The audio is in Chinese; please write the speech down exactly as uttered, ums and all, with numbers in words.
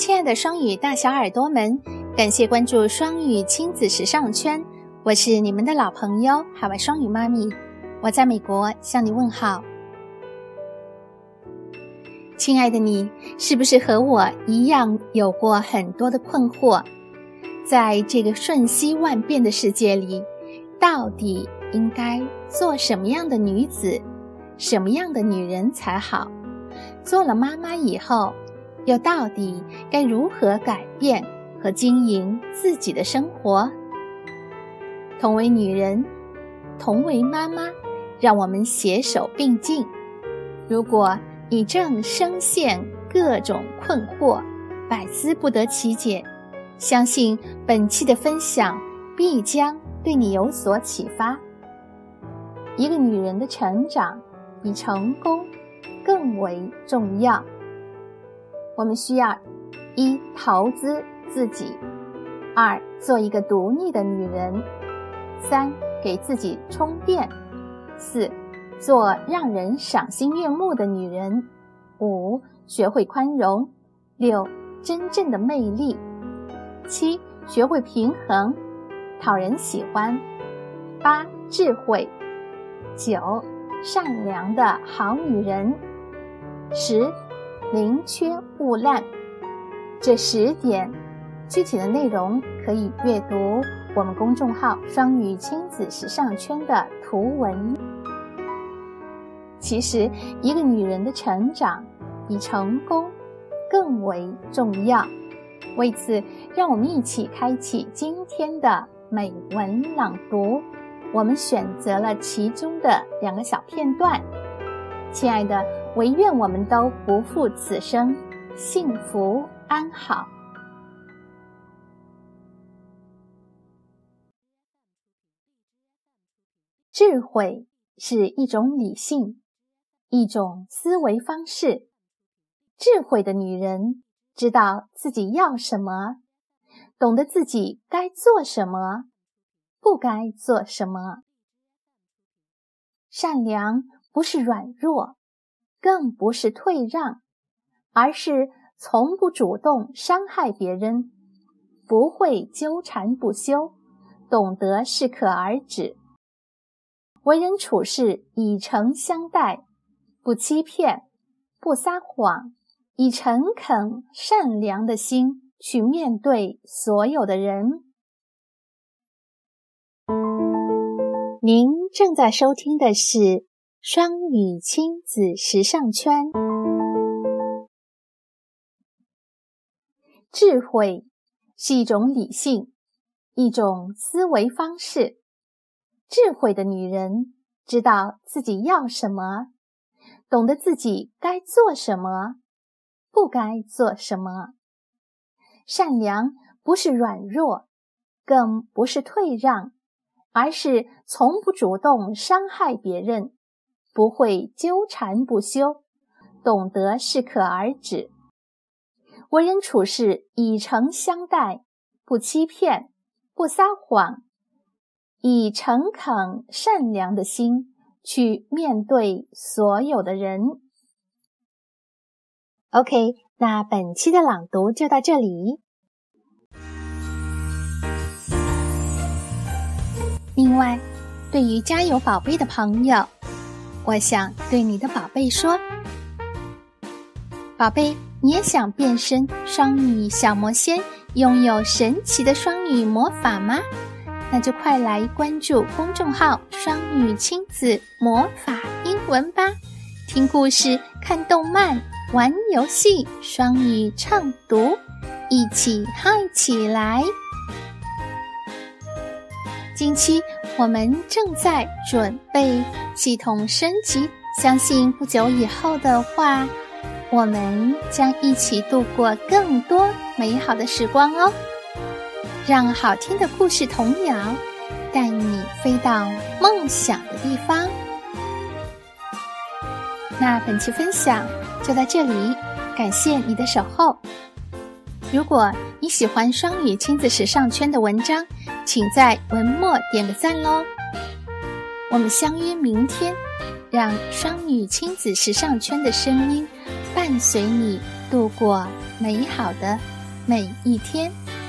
亲爱的双语大小耳朵们，感谢关注双语亲子时尚圈，我是你们的老朋友海外双语妈咪，我在美国向你问好。亲爱的你，是不是和我一样有过很多的困惑？在这个瞬息万变的世界里，到底应该做什么样的女子，什么样的女人才好？做了妈妈以后，又到底该如何改变和经营自己的生活？同为女人，同为妈妈，让我们携手并进。如果你正深陷各种困惑，百思不得其解，相信本期的分享必将对你有所启发。一个女人的成长比成功更为重要。我们需要一投资自己，二做一个独立的女人，三给自己充电，四做让人赏心悦目的女人，五学会宽容，六真正的魅力，七学会平衡，讨人喜欢，八智慧，九善良的好女人，十宁缺毋滥。这十点具体的内容可以阅读我们公众号双语亲子时尚圈的图文。其实一个女人的成长比成功更为重要。为此，让我们一起开启今天的美文朗读。我们选择了其中的两个小片段。亲爱的，唯愿我们都不负此生，幸福安好。智慧是一种理性，一种思维方式。智慧的女人知道自己要什么，懂得自己该做什么，不该做什么。善良不是软弱，更不是退让，而是从不主动伤害别人，不会纠缠不休，懂得适可而止。为人处事以诚相待，不欺骗，不撒谎，以诚恳善良的心去面对所有的人。您正在收听的是双语亲子时尚圈。智慧是一种理性，一种思维方式。智慧的女人知道自己要什么，懂得自己该做什么，不该做什么。善良不是软弱，更不是退让，而是从不主动伤害别人，不会纠缠不休，懂得适可而止。为人处事以诚相待，不欺骗，不撒谎，以诚恳善良的心去面对所有的人。 OK， 那本期的朗读就到这里。另外，对于家有宝贝的朋友，我想对你的宝贝说，宝贝，你也想变身双语小魔仙，拥有神奇的双语魔法吗？那就快来关注公众号双语亲子魔法英文吧，听故事，看动漫，玩游戏，双语畅读，一起嗨起来。近期我们正在准备系统升级，相信不久以后的话，我们将一起度过更多美好的时光哦。让好听的故事童谣带你飞到梦想的地方。那本期分享就到这里，感谢你的守候。如果你喜欢双语亲子时尚圈的文章，请在文末点个赞咯。我们相约明天，让双语亲子时尚圈的声音伴随你度过美好的每一天。